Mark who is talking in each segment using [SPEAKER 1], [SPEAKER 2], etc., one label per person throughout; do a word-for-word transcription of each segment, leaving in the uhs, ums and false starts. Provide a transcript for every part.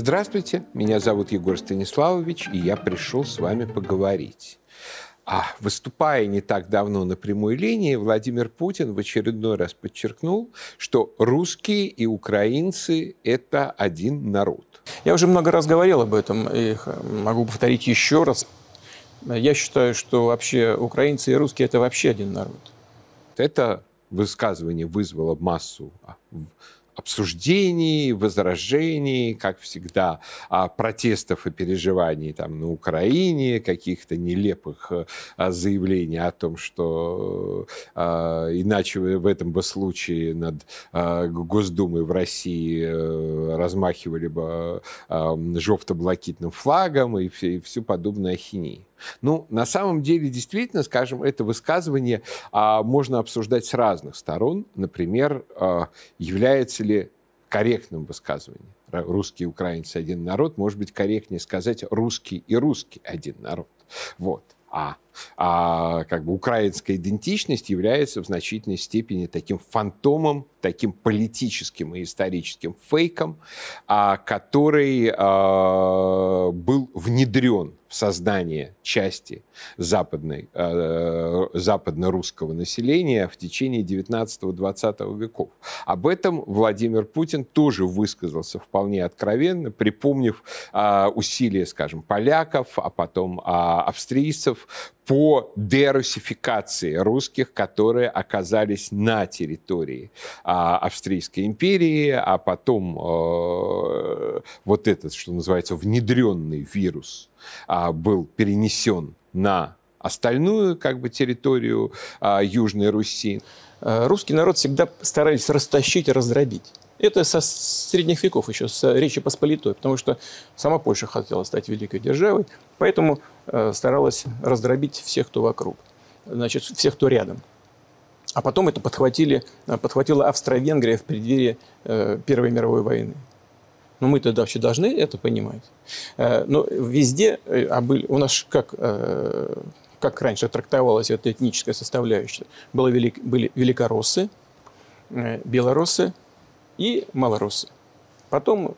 [SPEAKER 1] Здравствуйте, меня зовут Егор Станиславович, и я пришел с вами поговорить. А выступая не так давно на прямой линии, Владимир Путин в очередной раз подчеркнул, что русские и украинцы – это один народ.
[SPEAKER 2] Я уже много раз говорил об этом, и могу повторить еще раз. Я считаю, что вообще украинцы и русские – это вообще один народ.
[SPEAKER 1] Это высказывание вызвало массу обсуждений, возражений, как всегда, протестов и переживаний там, на Украине, каких-то нелепых заявлений о том, что иначе в этом бы случае над Госдумой в России размахивали бы жовто-блакитным флагом и всю подобную ахинею. Ну, на самом деле, действительно, скажем, это высказывание а, можно обсуждать с разных сторон. Например, а, является ли корректным высказыванием «русские и украинцы один народ», может быть, корректнее сказать «русский и русский один народ». Вот. А, а как бы украинская идентичность является в значительной степени таким фантомом, таким политическим и историческим фейком, а, который а, был внедрен в создание части западной, э, западно-русского населения в течение девятнадцатого-двадцатого веков. Об этом Владимир Путин тоже высказался вполне откровенно, припомнив э, усилия, скажем, поляков, а потом э, австрийцев по дерусификации русских, которые оказались на территории э, Австрийской империи, а потом э, вот этот, что называется, внедренный вирус был перенесен на остальную как бы, территорию а, Южной Руси.
[SPEAKER 2] Русский народ всегда старались растащить и раздробить. Это со средних веков еще, с Речи Посполитой, потому что сама Польша хотела стать великой державой, поэтому э, старалась раздробить всех, кто вокруг, значит, всех, кто рядом. А потом это подхватили, подхватила Австро-Венгрия в преддверии э, Первой мировой войны. Но мы тогда вообще должны это понимать. Но везде у нас как, как раньше трактовалась эта этническая составляющая. Было велик, были великороссы, белороссы и малороссы. Потом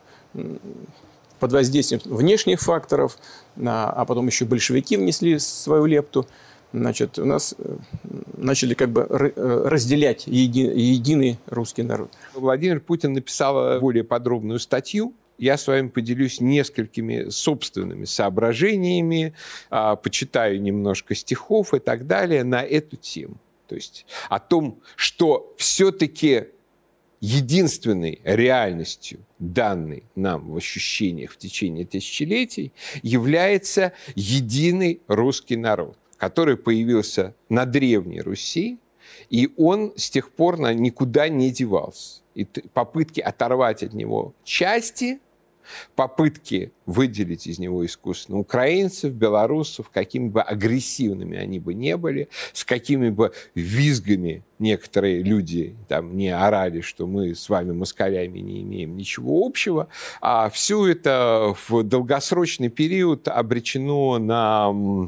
[SPEAKER 2] под воздействием внешних факторов, а потом еще большевики внесли свою лепту, значит, у нас начали как бы разделять еди, единый русский народ.
[SPEAKER 1] Владимир Путин написал более подробную статью. Я с вами поделюсь несколькими собственными соображениями, почитаю немножко стихов и так далее на эту тему. То есть о том, что все-таки единственной реальностью, данной нам в ощущениях в течение тысячелетий, является единый русский народ, который появился на Древней Руси, и он с тех пор никуда не девался. И попытки оторвать от него части, попытки выделить из него искусственно украинцев, белорусов, какими бы агрессивными они бы не были, с какими бы визгами некоторые люди там не орали, что мы с вами, москалями, не имеем ничего общего, а все это в долгосрочный период обречено на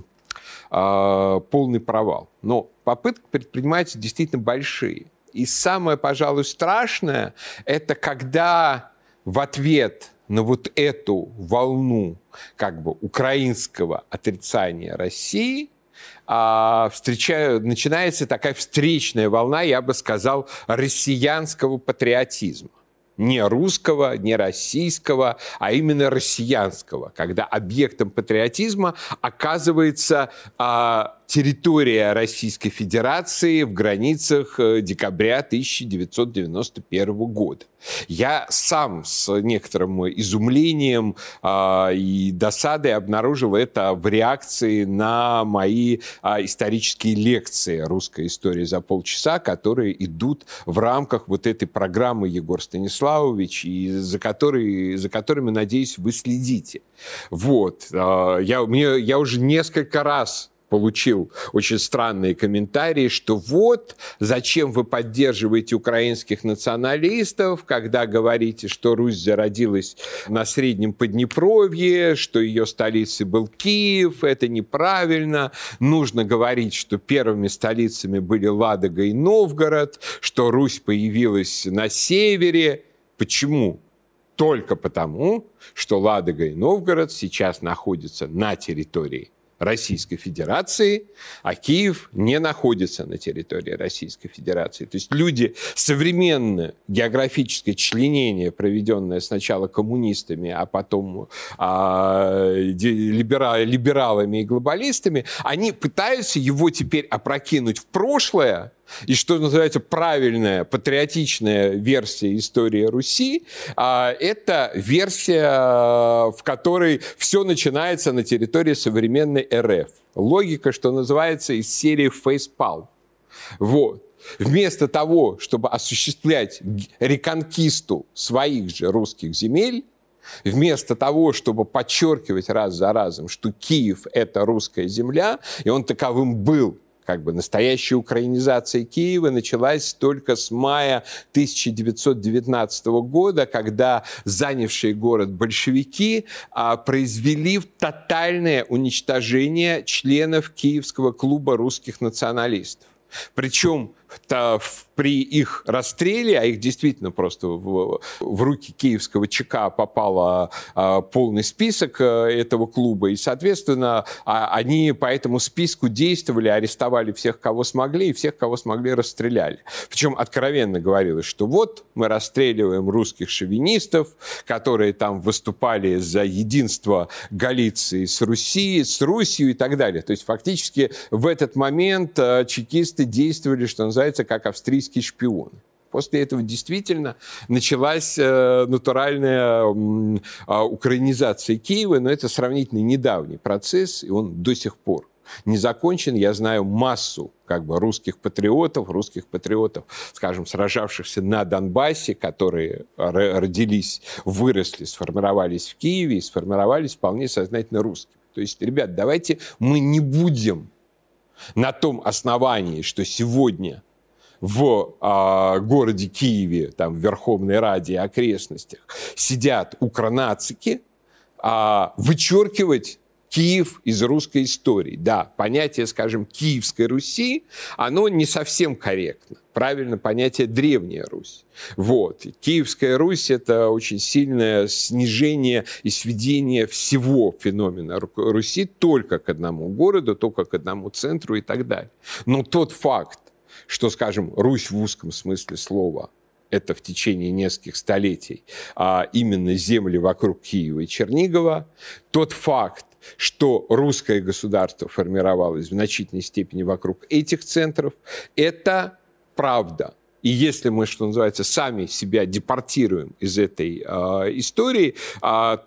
[SPEAKER 1] полный провал. Но попытки предпринимаются действительно большие. И самое, пожалуй, страшное, это когда в ответ на вот эту волну как бы украинского отрицания России а, встречаю, начинается такая встречная волна, я бы сказал, россиянского патриотизма. Не русского, не российского, а именно россиянского, когда объектом патриотизма оказывается а, территория Российской Федерации в границах декабря тысяча девятьсот девяносто первого года. Я сам с некоторым изумлением а, и досадой обнаружил это в реакции на мои а, исторические лекции «Русская история за полчаса», которые идут в рамках вот этой программы Егор Станиславович, и за, которые, за которыми, надеюсь, вы следите. Вот. А, я, мне, я уже несколько раз получил очень странные комментарии, что вот, зачем вы поддерживаете украинских националистов, когда говорите, что Русь зародилась на Среднем Поднепровье, что ее столицей был Киев, это неправильно. Нужно говорить, что первыми столицами были Ладога и Новгород, что Русь появилась на севере. Почему? только потому, что Ладога и Новгород сейчас находятся на территории Российской Федерации, а Киев не находится на территории Российской Федерации. То есть люди современное географическое членение, проведенное сначала коммунистами, а потом а, либера, либералами и глобалистами, они пытаются его теперь опрокинуть в прошлое. И что называется правильная, патриотичная версия истории Руси, это версия, в которой все начинается на территории современной эр эф. Логика, что называется, из серии фейспалм. Вот. Вместо того, чтобы осуществлять реконкисту своих же русских земель, вместо того, чтобы подчеркивать раз за разом, что Киев – это русская земля, и он таковым был, как бы настоящая украинизация Киева началась только с мая тысяча девятьсот девятнадцатого года, когда занявшие город большевики а, произвели тотальное уничтожение членов Киевского клуба русских националистов. Причем при их расстреле, а их действительно просто в, в руки киевского ЧК попал а, полный список этого клуба, и, соответственно, а, они по этому списку действовали, арестовали всех, кого смогли, и всех, кого смогли, расстреляли. Причем откровенно говорилось, что вот мы расстреливаем русских шовинистов, которые там выступали за единство Галиции с Руси, с Русью и так далее. То есть фактически в этот момент а, чекисты действовали, что называется, как австрийские шпионы. После этого действительно началась э, натуральная э, э, украинизация Киева, но это сравнительно недавний процесс, и он до сих пор не закончен. Я знаю массу как бы русских патриотов, русских патриотов, скажем, сражавшихся на Донбассе, которые родились, выросли, сформировались в Киеве и сформировались вполне сознательно русскими. То есть, ребят, давайте мы не будем на том основании, что сегодня в а, городе Киеве, там, в Верховной Раде и окрестностях сидят укронацики, а, вычеркивать Киев из русской истории. Да, понятие, скажем, Киевской Руси, оно не совсем корректно. Правильно, понятие Древняя Русь. Вот. Киевская Русь – это очень сильное снижение и сведение всего феномена Руси только к одному городу, только к одному центру и так далее. Но тот факт, что, скажем, Русь в узком смысле слова – это в течение нескольких столетий а именно земли вокруг Киева и Чернигова, тот факт, что русское государство формировалось в значительной степени вокруг этих центров, это правда. И если мы, что называется, сами себя депортируем из этой э, истории, э,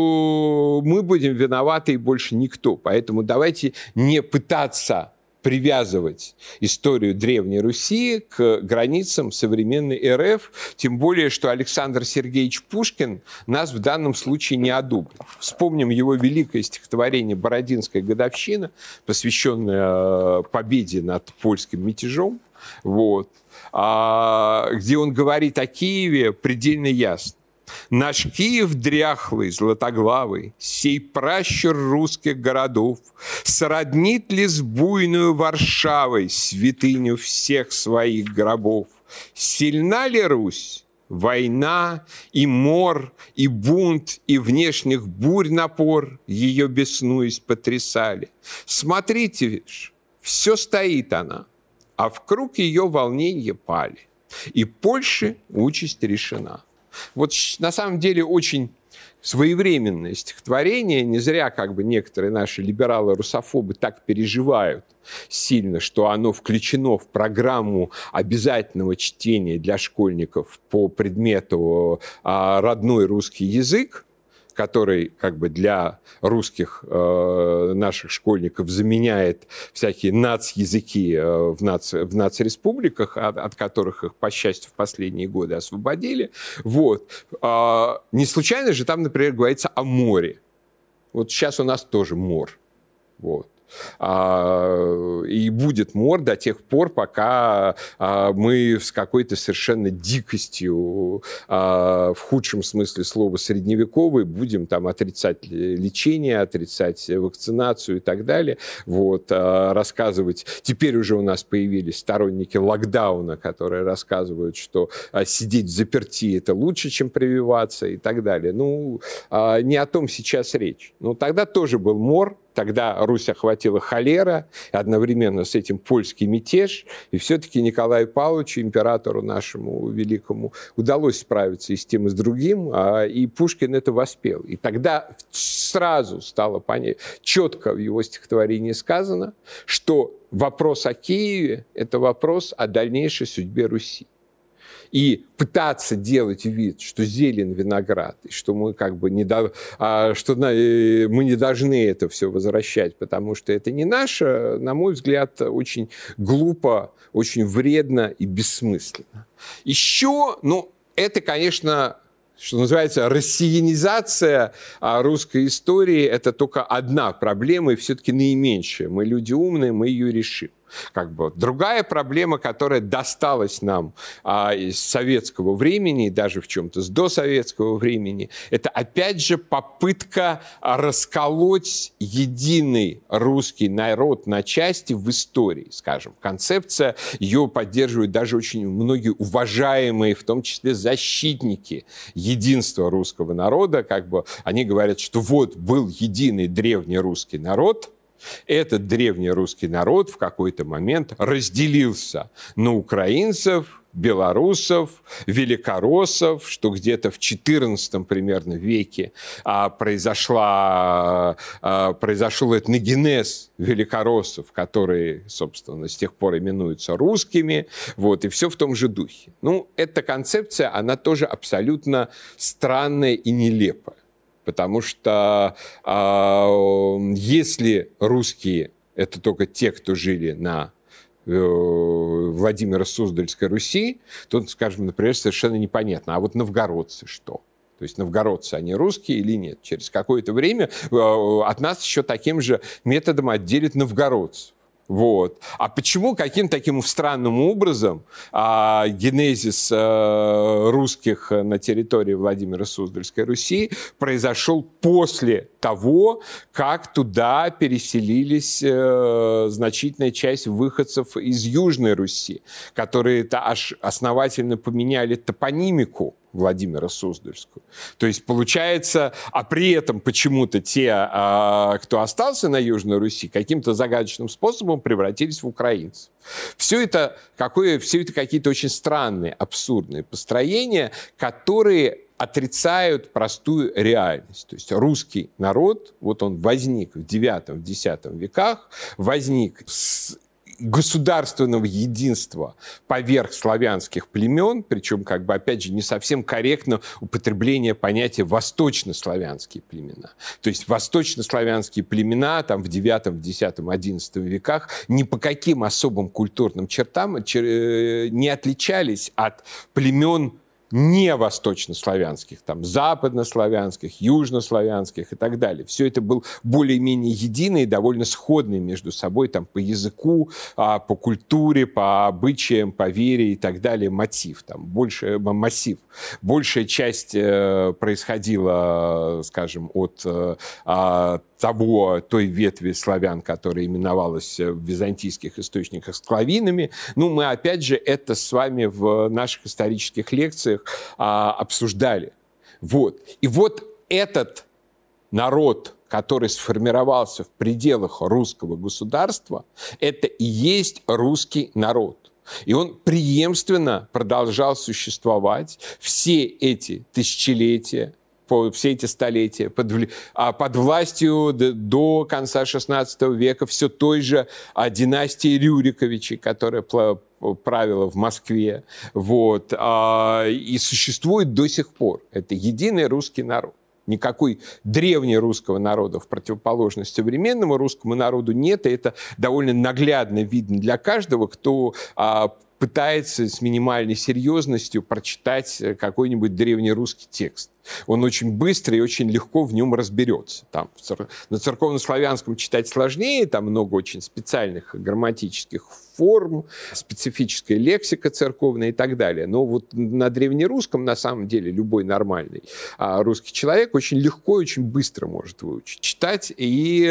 [SPEAKER 1] то мы будем виноваты и больше никто. Поэтому давайте не пытаться привязывать историю Древней Руси к границам современной эр эф, тем более, что Александр Сергеевич Пушкин нас в данном случае не одобрил. Вспомним его великое стихотворение «Бородинская годовщина», посвященное победе над польским мятежом, вот, где он говорит о Киеве предельно ясно. «Наш Киев дряхлый, златоглавый, сей пращур русских городов, сроднит ли с буйную Варшавой святыню всех своих гробов? Сильна ли Русь? Война и мор, и бунт, и внешних бурь напор ее, беснуясь, потрясали. Смотрите, видишь, все стоит она, а вкруг ее волненье пали, и Польше участь решена». Вот на самом деле очень своевременное стихотворение. Не зря как бы некоторые наши либералы-русофобы так переживают сильно, что оно включено в программу обязательного чтения для школьников по предмету а, родной русский язык, который как бы для русских э, наших школьников заменяет всякие нацязыки э, в, наци, в нацреспубликах, от, от которых их, по счастью, в последние годы освободили. Вот. Э, не случайно же там, например, говорится о море. Вот сейчас у нас тоже мор. Вот. И будет мор до тех пор, пока мы с какой-то совершенно дикостью, в худшем смысле слова средневековой, будем там отрицать лечение, отрицать вакцинацию и так далее. Вот, рассказывать. Теперь уже у нас появились сторонники локдауна, которые рассказывают, что сидеть в заперти – это лучше, чем прививаться и так далее. Ну, не о том сейчас речь. Но тогда тоже был мор. Тогда Русь охватила холера, одновременно с этим польский мятеж, и все-таки Николаю Павловичу, императору нашему великому, удалось справиться и с тем, и с другим, и Пушкин это воспел. И тогда сразу стало понятно, четко в его стихотворении сказано, что вопрос о Киеве – это вопрос о дальнейшей судьбе Руси. И пытаться делать вид, что зелен виноград, и что мы как бы не, до, а, что на, мы не должны это все возвращать, потому что это не наше, на мой взгляд, очень глупо, очень вредно и бессмысленно. Еще, ну, это, конечно, что называется, россиянизация русской истории – это только одна проблема, и все-таки наименьшая. Мы люди умные, мы ее решим. Как бы. Другая проблема, которая досталась нам а, из советского времени, даже в чем-то с досоветского времени, это опять же попытка расколоть единый русский народ на части в истории, скажем. Концепция, ее поддерживают даже очень многие уважаемые, в том числе защитники единства русского народа. Как бы они говорят, что вот был единый древний русский народ. Этот древний русский народ в какой-то момент разделился на украинцев, белорусов, великороссов, что где-то в четырнадцатом примерно веке а, произошла, а, произошел этногенез великороссов, которые, собственно, с тех пор именуются русскими, вот, и все в том же духе. Ну, эта концепция, она тоже абсолютно странная и нелепая. Потому что э, если русские – это только те, кто жили на э, Владимиро-Суздальской Руси, то, скажем, например, совершенно непонятно. А вот новгородцы что? То есть новгородцы, они русские или нет? Через какое-то время э, от нас еще таким же методом отделят новгородцев. Вот. А почему каким-то таким странным образом а, генезис а, русских на территории Владимиро-Суздальской Руси произошел после того, как туда переселились а, значительная часть выходцев из Южной Руси, которые-то аж основательно поменяли топонимику Владимиро-Суздальскую. То есть получается, а при этом почему-то те, кто остался на Южной Руси, каким-то загадочным способом превратились в украинцев. Все это, какое, все это какие-то очень странные, абсурдные построения, которые отрицают простую реальность. То есть русский народ, вот он возник в девятом-десятом веках, возник с государственного единства поверх славянских племен, причем, как бы, опять же, не совсем корректно употребление понятия восточнославянские племена. То есть восточнославянские племена там, в девятом, десятом, одиннадцатом веках ни по каким особым культурным чертам не отличались от племен не восточнославянских, там, западнославянских, южнославянских и так далее. Все это был более-менее единый и довольно сходный между собой там, по языку, по культуре, по обычаям, по вере и так далее мотив, там, больше, массив. Большая часть происходила, скажем, от того, той ветви славян, которая именовалась в византийских источниках склавинами. Ну, мы, опять же, это с вами в наших исторических лекциях а, обсуждали. Вот. И вот этот народ, который сформировался в пределах русского государства, это и есть русский народ. И он преемственно продолжал существовать все эти тысячелетия, все эти столетия, под, под властью до конца шестнадцатого века все той же династии Рюриковичей, которая правила в Москве, вот, и существует до сих пор. Это единый русский народ. Никакой древнерусского народа в противоположность современному русскому народу нет, и это довольно наглядно видно для каждого, кто пытается с минимальной серьезностью прочитать какой-нибудь древнерусский текст. Он очень быстро и очень легко в нем разберется. Там, на церковнославянском читать сложнее, там много очень специальных грамматических форм, специфическая лексика церковная и так далее. Но вот на древнерусском, на самом деле, любой нормальный русский человек очень легко и очень быстро может выучить читать. И,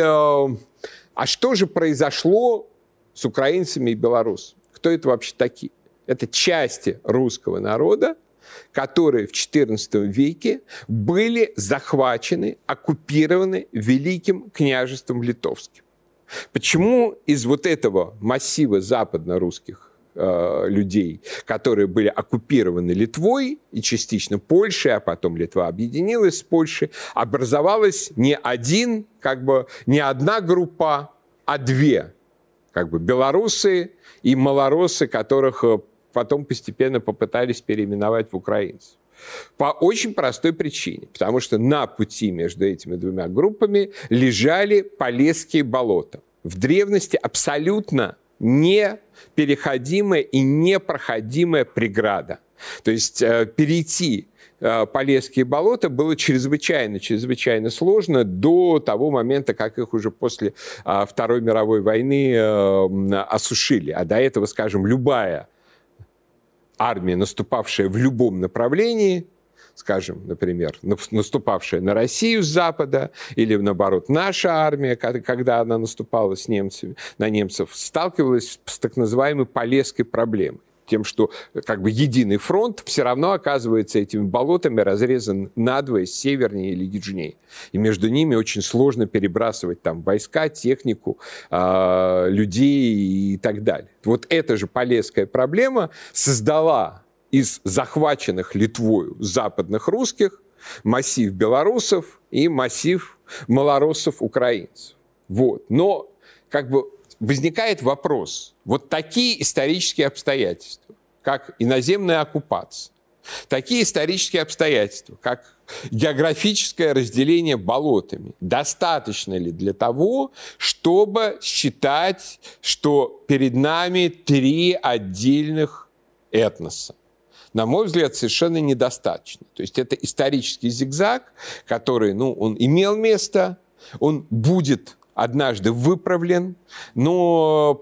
[SPEAKER 1] а что же произошло с украинцами и белорусами? Кто это вообще такие? Это части русского народа, которые в четырнадцатом веке были захвачены, оккупированы Великим княжеством Литовским. Почему из вот этого массива западно-русских э, людей, которые были оккупированы Литвой и частично Польшей, а потом Литва объединилась с Польшей, образовалась не один, как бы, не одна группа, а две, как бы белорусы и малороссы, которых потом постепенно попытались переименовать в украинцев. По очень простой причине. Потому что на пути между этими двумя группами лежали Полесские болота. В древности абсолютно непереходимая и непроходимая преграда. То есть э, перейти э, Полесские болота было чрезвычайно, чрезвычайно сложно до того момента, как их уже после э, Второй мировой войны э, осушили. А до этого, скажем, любая армия, наступавшая в любом направлении, скажем, например, наступавшая на Россию с запада, или, наоборот, наша армия, когда она наступала с немцами, на немцев, сталкивалась с так называемой Полесской проблемой. Тем, что как бы единый фронт все равно оказывается этими болотами разрезан надвое севернее или южнее. И между ними очень сложно перебрасывать там войска, технику, э, людей и так далее. Вот эта же Полесская проблема создала из захваченных Литвою западных русских массив белорусов и массив малороссов-украинцев. Вот. Но как бы возникает вопрос. Вот такие исторические обстоятельства, как иноземная оккупация, такие исторические обстоятельства, как географическое разделение болотами, достаточно ли для того, чтобы считать, что перед нами три отдельных этноса? На мой взгляд, совершенно недостаточно. То есть это исторический зигзаг, который, ну, он имел место, он будет однажды выправлен, но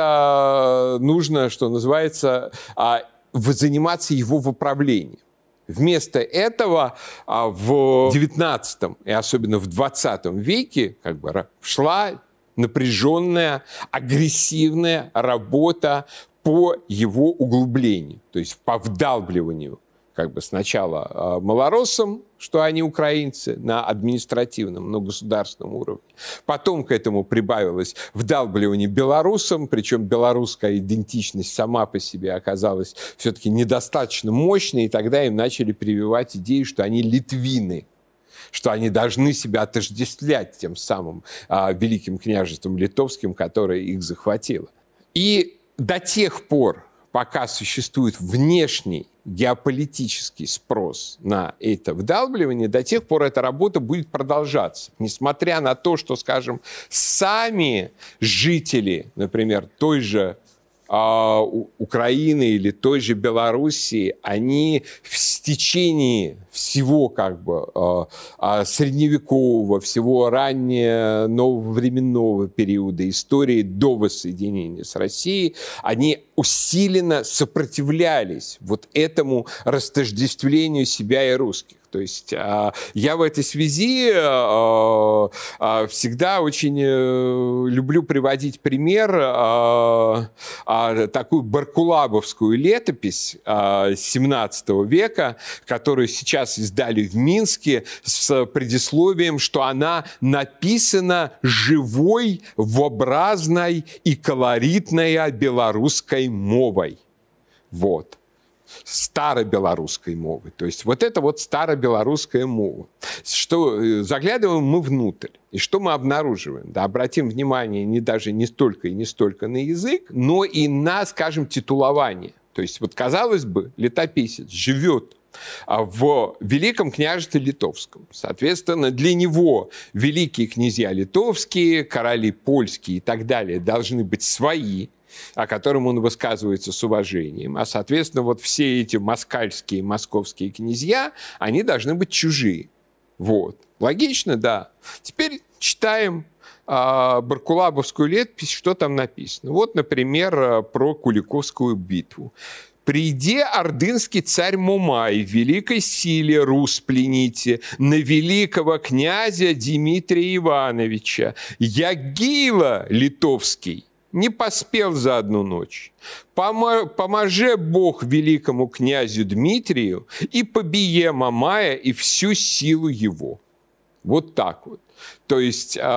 [SPEAKER 1] просто нужно, что называется, заниматься его выправлением. Вместо этого в девятнадцатом и особенно в двадцатом веке как бы шла напряженная, агрессивная работа по его углублению, то есть по вдалбливанию как бы сначала малороссам, что они украинцы, на административном, на государственном уровне. Потом к этому прибавилось вдалбливание белорусам, причем белорусская идентичность сама по себе оказалась все-таки недостаточно мощной, и тогда им начали прививать идею, что они литвины, что они должны себя отождествлять тем самым а, Великим княжеством Литовским, которое их захватило. И до тех пор, пока существует внешний геополитический спрос на это вдалбливание, до тех пор эта работа будет продолжаться. Несмотря на то, что, скажем, сами жители, например, той же э, Украины или той же Белоруссии, они в течение всего как бы э, средневекового, всего раннего нововременного периода истории до воссоединения с Россией, они усиленно сопротивлялись вот этому растождествлению себя и русских. То есть э, я в этой связи э, э, всегда очень э, люблю приводить пример, э, э, такую баркулабовскую летопись э, семнадцатого века, которую сейчас издали в Минске с предисловием, что она написана живой, вобразной и колоритной белорусской мовой. Вот. Старобелорусской мовы. То есть вот это вот старобелорусская мова. Что, заглядываем мы внутрь. И что мы обнаруживаем? Да, обратим внимание не даже не столько и не столько на язык, но и на, скажем, титулование. То есть вот, казалось бы, летописец живет в Великом княжестве Литовском. Соответственно, для него великие князья литовские, короли польские и так далее должны быть свои. о котором он высказывается с уважением. А, соответственно, вот все эти москальские, московские князья, они должны быть чужие. Вот. Логично, да. Теперь читаем э, Баркулабовскую летопись, что там написано. Вот, например, про Куликовскую битву. «Приди, ордынский царь Мумай, в великой силе Рус плените, на великого князя Дмитрия Ивановича, Ягила литовский, не поспел за одну ночь. Помо- поможе Бог великому князю Дмитрию и побие Мамая и всю силу его». Вот так вот. То есть э,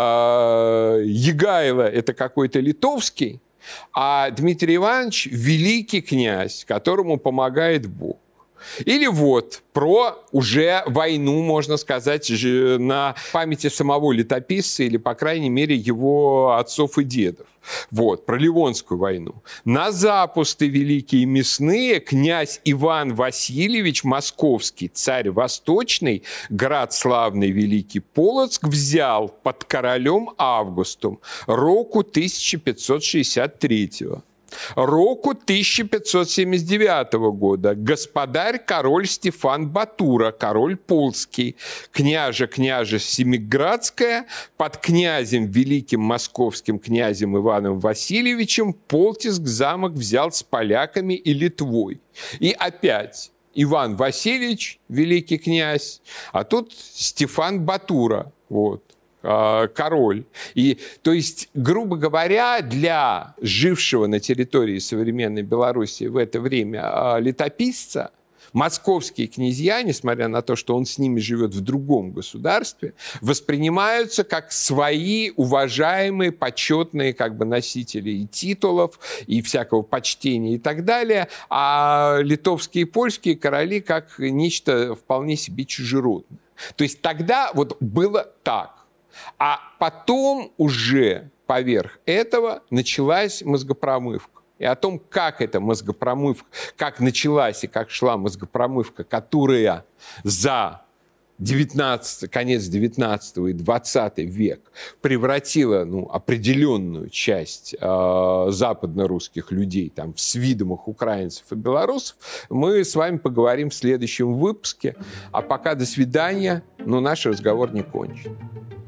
[SPEAKER 1] Егайло – это какой-то литовский, а Дмитрий Иванович – великий князь, которому помогает Бог. Или вот про уже войну, можно сказать, на памяти самого летописца или, по крайней мере, его отцов и дедов. Вот, про Ливонскую войну. «На запусты великие мясные князь Иван Васильевич Московский, царь Восточный, град славный великий Полоцк, взял под королем Августом року тысяча пятьсот шестьдесят третьего. Року тысяча пятьсот семьдесят девятого года господарь король Стефан Батура, король Полский, княже княже Семиградская, под князем великим московским князем Иваном Васильевичем Полтиск замок взял с поляками и Литвой». И опять Иван Васильевич, великий князь, а тут Стефан Батура, вот. Король. И, то есть, грубо говоря, для жившего на территории современной Белоруссии в это время летописца, московские князья, несмотря на то, что он с ними живет в другом государстве, воспринимаются как свои уважаемые, почетные как бы носители и титулов, и всякого почтения и так далее, а литовские и польские короли как нечто вполне себе чужеродное. То есть тогда вот было так. А потом уже поверх этого началась мозгопромывка. И о том, как эта мозгопромывка, как началась и как шла мозгопромывка, которая за девятнадцатый, конец девятнадцатого и двадцатый век превратила ну, определенную часть э, западно-русских людей там, в свидомых украинцев и белорусов, мы с вами поговорим в следующем выпуске. А пока до свидания, но наш разговор не кончен.